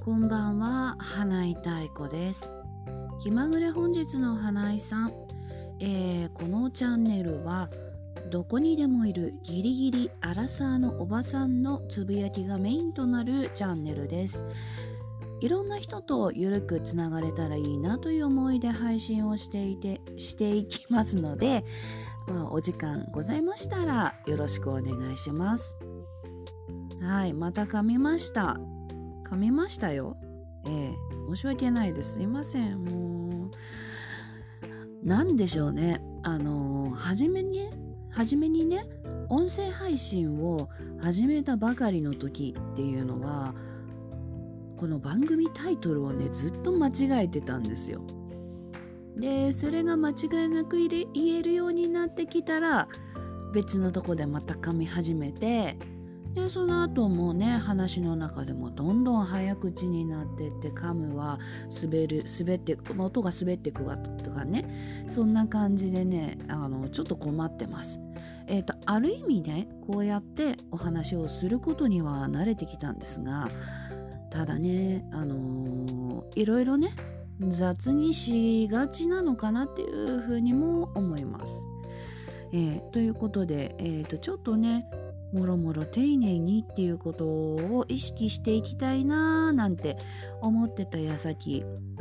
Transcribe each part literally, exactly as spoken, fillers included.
こんばんは、花井太子です。気まぐれ本日の花井さん、えー、このチャンネルはどこにでもいるギリギリアラサーのおばさんのつぶやきがメインとなるチャンネルです。いろんな人とゆるくつながれたらいいなという思いで配信をしていてしていきますので、まあ、お時間ございましたらよろしくお願いします。はい、また噛みました噛みましたよ。ええ、申し訳ないです。すいません。もうなんでしょうね。あの初めに初めにね、音声配信を始めたばかりの時っていうのは、この番組タイトルをねずっと間違えてたんですよ。で、それが間違いなく言えるようになってきたら、別のとこでまた噛み始めて。でその後もね、話の中でもどんどん早口になってって、噛むは滑る滑って音が滑ってくわとかね、そんな感じでね、あのちょっと困ってます。えーと、ある意味ね、こうやってお話をすることには慣れてきたんですが、ただね、あのー、いろいろね雑にしがちなのかなっていうふうにも思います。えー、ということで、えーと、ちょっとねもろもろ丁寧にっていうことを意識していきたいなーなんて思ってた矢先、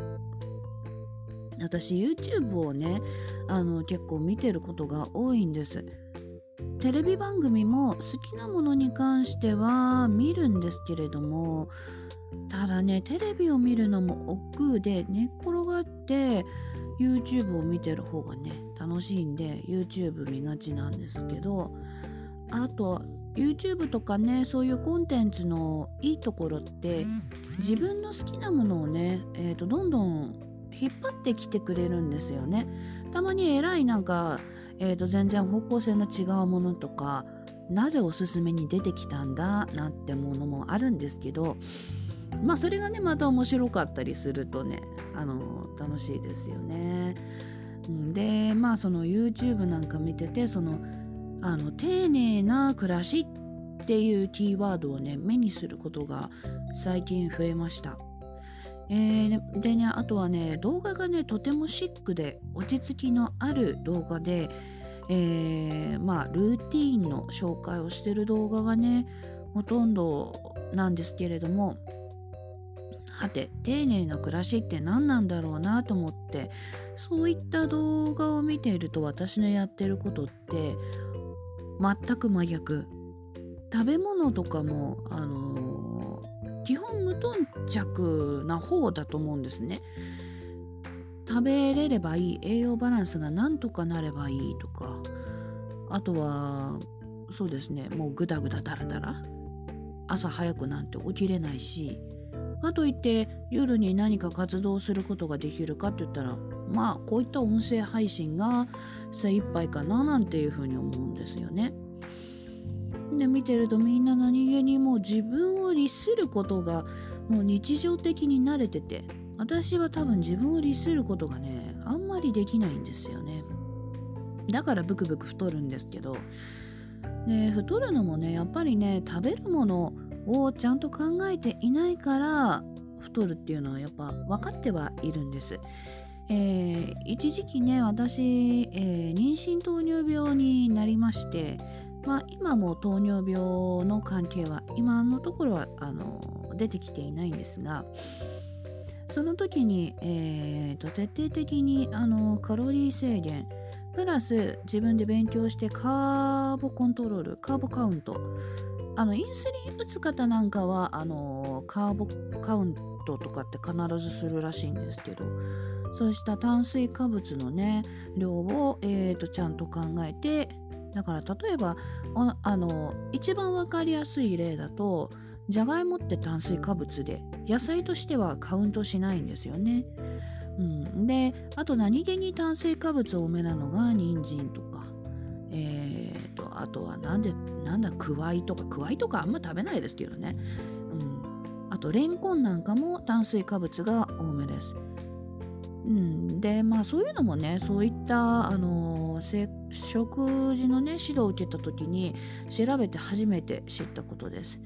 私 YouTube をねあの結構見てることが多いんです。テレビ番組も好きなものに関しては見るんですけれども、ただねテレビを見るのも億劫で、寝っ転がって YouTube を見てる方がね楽しいんで YouTube 見がちなんですけど、あと YouTube とかね、そういうコンテンツのいいところって、自分の好きなものをね、えーと、どんどん引っ張ってきてくれるんですよね。たまに偉いなんか、えーと、全然方向性の違うものとか、なぜおすすめに出てきたんだなんてものもあるんですけど、まあそれがねまた面白かったりするとね、あの楽しいですよね。で、まあその YouTube なんか見てて、そのあの丁寧な暮らしっていうキーワードをね目にすることが最近増えました。えー、でね、あとはね動画がねとてもシックで落ち着きのある動画で、えー、まあルーティーンの紹介をしてる動画がねほとんどなんですけれども、はて丁寧な暮らしって何なんだろうなと思って、そういった動画を見ていると、私のやってることって全く真逆。食べ物とかも、あのー、基本無頓着な方だと思うんですね。食べれればいい、栄養バランスがなんとかなればいいとか、あとはそうですね、もうグダグダダラダラ、朝早くなんて起きれないし、かといって夜に何か活動することができるかって言ったら、まあこういった音声配信が精一杯かななんていうふうに思うんですよね。で見てると、みんな何気にもう自分を律することがもう日常的に慣れてて、私は多分自分を律することがねあんまりできないんですよね。だからブクブク太るんですけど、で太るのもねやっぱりね食べるものをちゃんと考えていないから太るっていうのはやっぱ分かってはいるんです。えー、一時期ね私、えー、妊娠糖尿病になりまして、まあ、今も糖尿病の関係は今のところはあの出てきていないんですが、その時に、えー、と徹底的にあのカロリー制限プラス自分で勉強してカーボコントロール、カーボカウント、あのインスリン打つ方なんかはあのカーボカウントとかって必ずするらしいんですけど、そうした炭水化物のね量を、えー、とちゃんと考えて、だから例えばあの一番わかりやすい例だと、じゃがいもって炭水化物で野菜としてはカウントしないんですよね。うん、であと何気に炭水化物多めなのが人参とか、えー、とあとはなんでなんだくわいとかくわいとかあんま食べないですけどね、うん、あとレンコンなんかも炭水化物が多めです。うん、でまあそういうのもね、そういったあの食事のね指導を受けた時に調べて初めて知ったことです。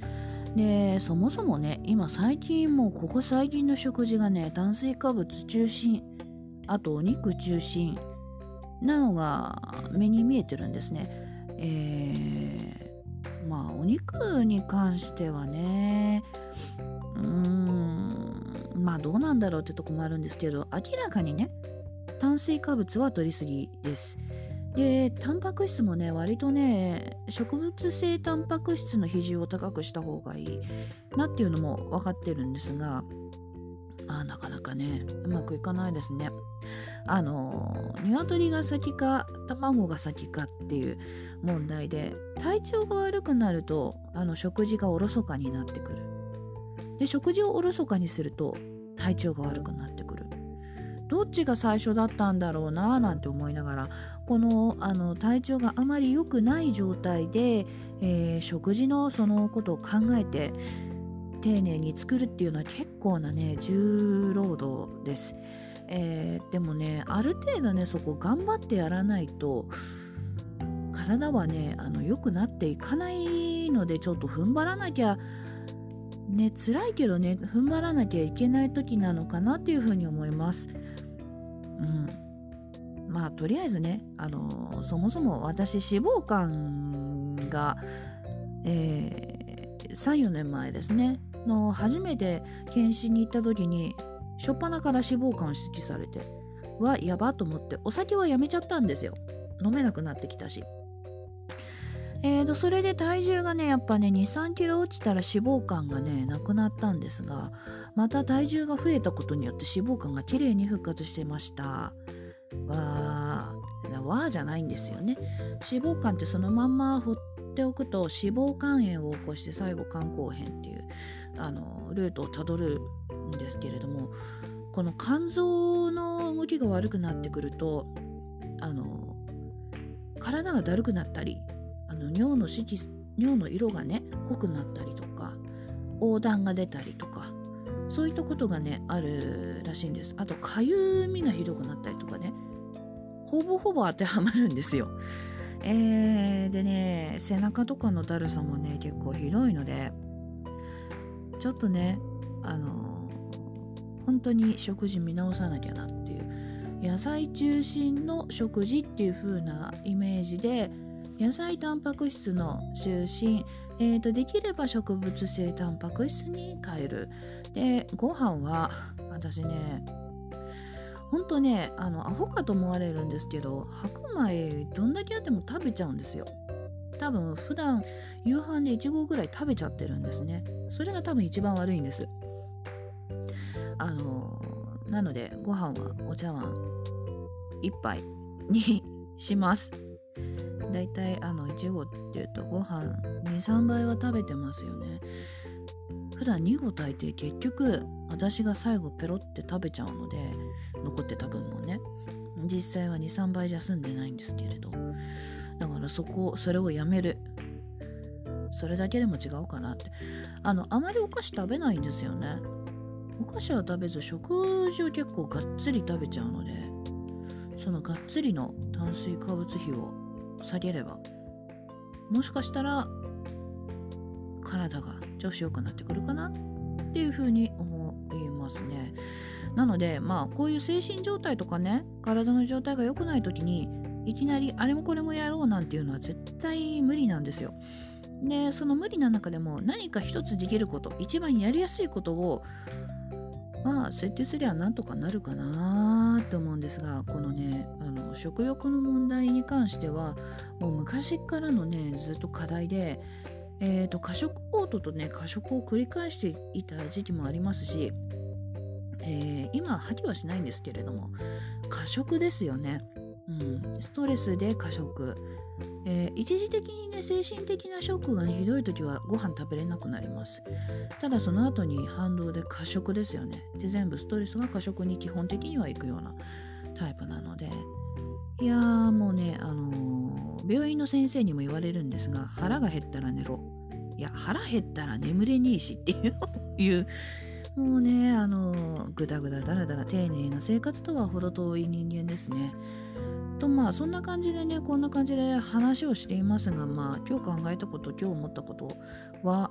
でそもそもね、今最近もうここ最近の食事がね、炭水化物中心、あとお肉中心なのが目に見えてるんですね。えー、まあお肉に関してはね、うーんまあどうなんだろうってとこもあるんですけど、明らかにね炭水化物は摂りすぎです。でタンパク質もね、割とね植物性タンパク質の比重を高くした方がいいなっていうのも分かってるんですが、まあなかなかねうまくいかないですね。あの鶏が先か卵が先かっていう問題で、体調が悪くなるとあの食事がおろそかになってくる。で食事をおろそかにすると体調が悪くなってくる。どっちが最初だったんだろうななんて思いながら、この、あの体調があまり良くない状態で、えー食事のそのことを考えて丁寧に作るっていうのは結構なね重労働です。えーでもね、ある程度ねそこ頑張ってやらないと体はねあの良くなっていかないので、ちょっと踏ん張らなきゃね、辛いけどね踏ん張らなきゃいけない時なのかなっていうふうに思います。うん、まあとりあえずね、あのーそもそも私脂肪肝が、えー、さん、よねんまえですねの初めて検診に行った時に、初っ端から脂肪肝を指摘されて、わやばと思ってお酒はやめちゃったんですよ。飲めなくなってきたし、えーとそれで体重がねやっぱねに、さんキロ落ちたら脂肪肝がねなくなったんですが、また体重が増えたことによって脂肪肝がきれいに復活してました。わーわーじゃないんですよね。脂肪肝ってそのまんま放っておくと脂肪肝炎を起こして最後肝硬変っていうあのルートをたどるんですけれども、この肝臓の動きが悪くなってくるとあの体がだるくなったり、あの尿の色尿の色がね濃くなったりとか、黄疸が出たりとか、そういったことがねあるらしいんです。あとかゆみがひどくなったりとかね、ほぼほぼ当てはまるんですよ。えー、でね背中とかのだるさもね結構ひどいので、ちょっとねあの本当に食事見直さなきゃなっていう、野菜中心の食事っていう風なイメージで、野菜タンパク質の中心、えーとできれば植物性タンパク質に変える。でご飯は私ねほんとねあのアホかと思われるんですけど、白米どんだけあっても食べちゃうんですよ。多分普段夕飯でいち合ぐらい食べちゃってるんですね。それが多分一番悪いんです。あのなのでご飯はお茶碗一杯にします。だいたいあのいち合っていうとご飯に、さんばいは食べてますよね。普段に合炊いて結局私が最後ペロって食べちゃうので、残ってた分もね、実際はに、さんばいじゃ済んでないんですけれど、だからそこそれをやめる、それだけでも違うかなって。あのあまりお菓子食べないんですよね。お菓子は食べず食事を結構がっつり食べちゃうので、そのがっつりの炭水化物比を下げれば、もしかしたら体が調子良くなってくるかなっていうふうに思いますね。なのでまあこういう精神状態とかね、体の状態が良くない時にいきなりあれもこれもやろうなんていうのは絶対無理なんですよ。でその無理な中でも何か一つできること、一番やりやすいことをまあ設定すりゃなんとかなるかなと思うんですが、このねあの食欲の問題に関してはもう昔からのねずっと課題で、えーと過食嘔吐とね過食を繰り返していた時期もありますし、えー今吐きはしないんですけれども過食ですよね。うん、ストレスで過食、えー一時的にね精神的なショックが、ね、ひどい時はご飯食べれなくなります。ただその後に反動で過食ですよね。で全部ストレスが過食に基本的には行くようなタイプなので、いやーもうね、あのー病院の先生にも言われるんですが、腹が減ったら寝ろ、いや腹減ったら眠れねえしっていういうもうねあのーぐだぐだだらだら丁寧な生活とは程遠い人間ですね。とまあそんな感じでねこんな感じで話をしていますが、まあ今日考えたこと今日思ったことは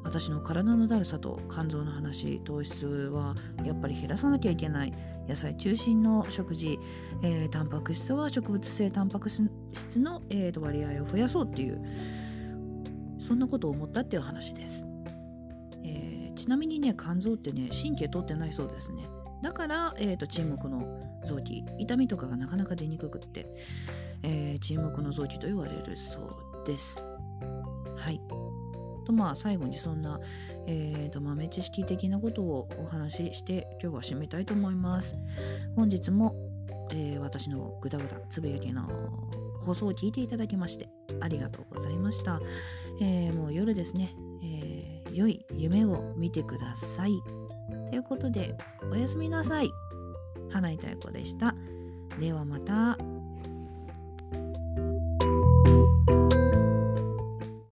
私の体のだるさと肝臓の話、糖質はやっぱり減らさなきゃいけない、野菜中心の食事、えー、タンパク質は植物性タンパク質の、えー、と割合を増やそうっていう、そんなことを思ったっていう話です。えー、ちなみにね、肝臓ってね、神経通ってないそうですね。だから、えー、と沈黙の臓器、痛みとかがなかなか出にくくって、えー、沈黙の臓器と言われるそうです。はい。とまあ最後にそんな、えー、と豆知識的なことをお話しして今日は締めたいと思います。本日も、えー、私のぐだぐだつぶやきの放送を聞いていただきましてありがとうございました。えー、もう夜ですね、えー、良い夢を見てください。ということでおやすみなさい。花井妙子でした。ではまた。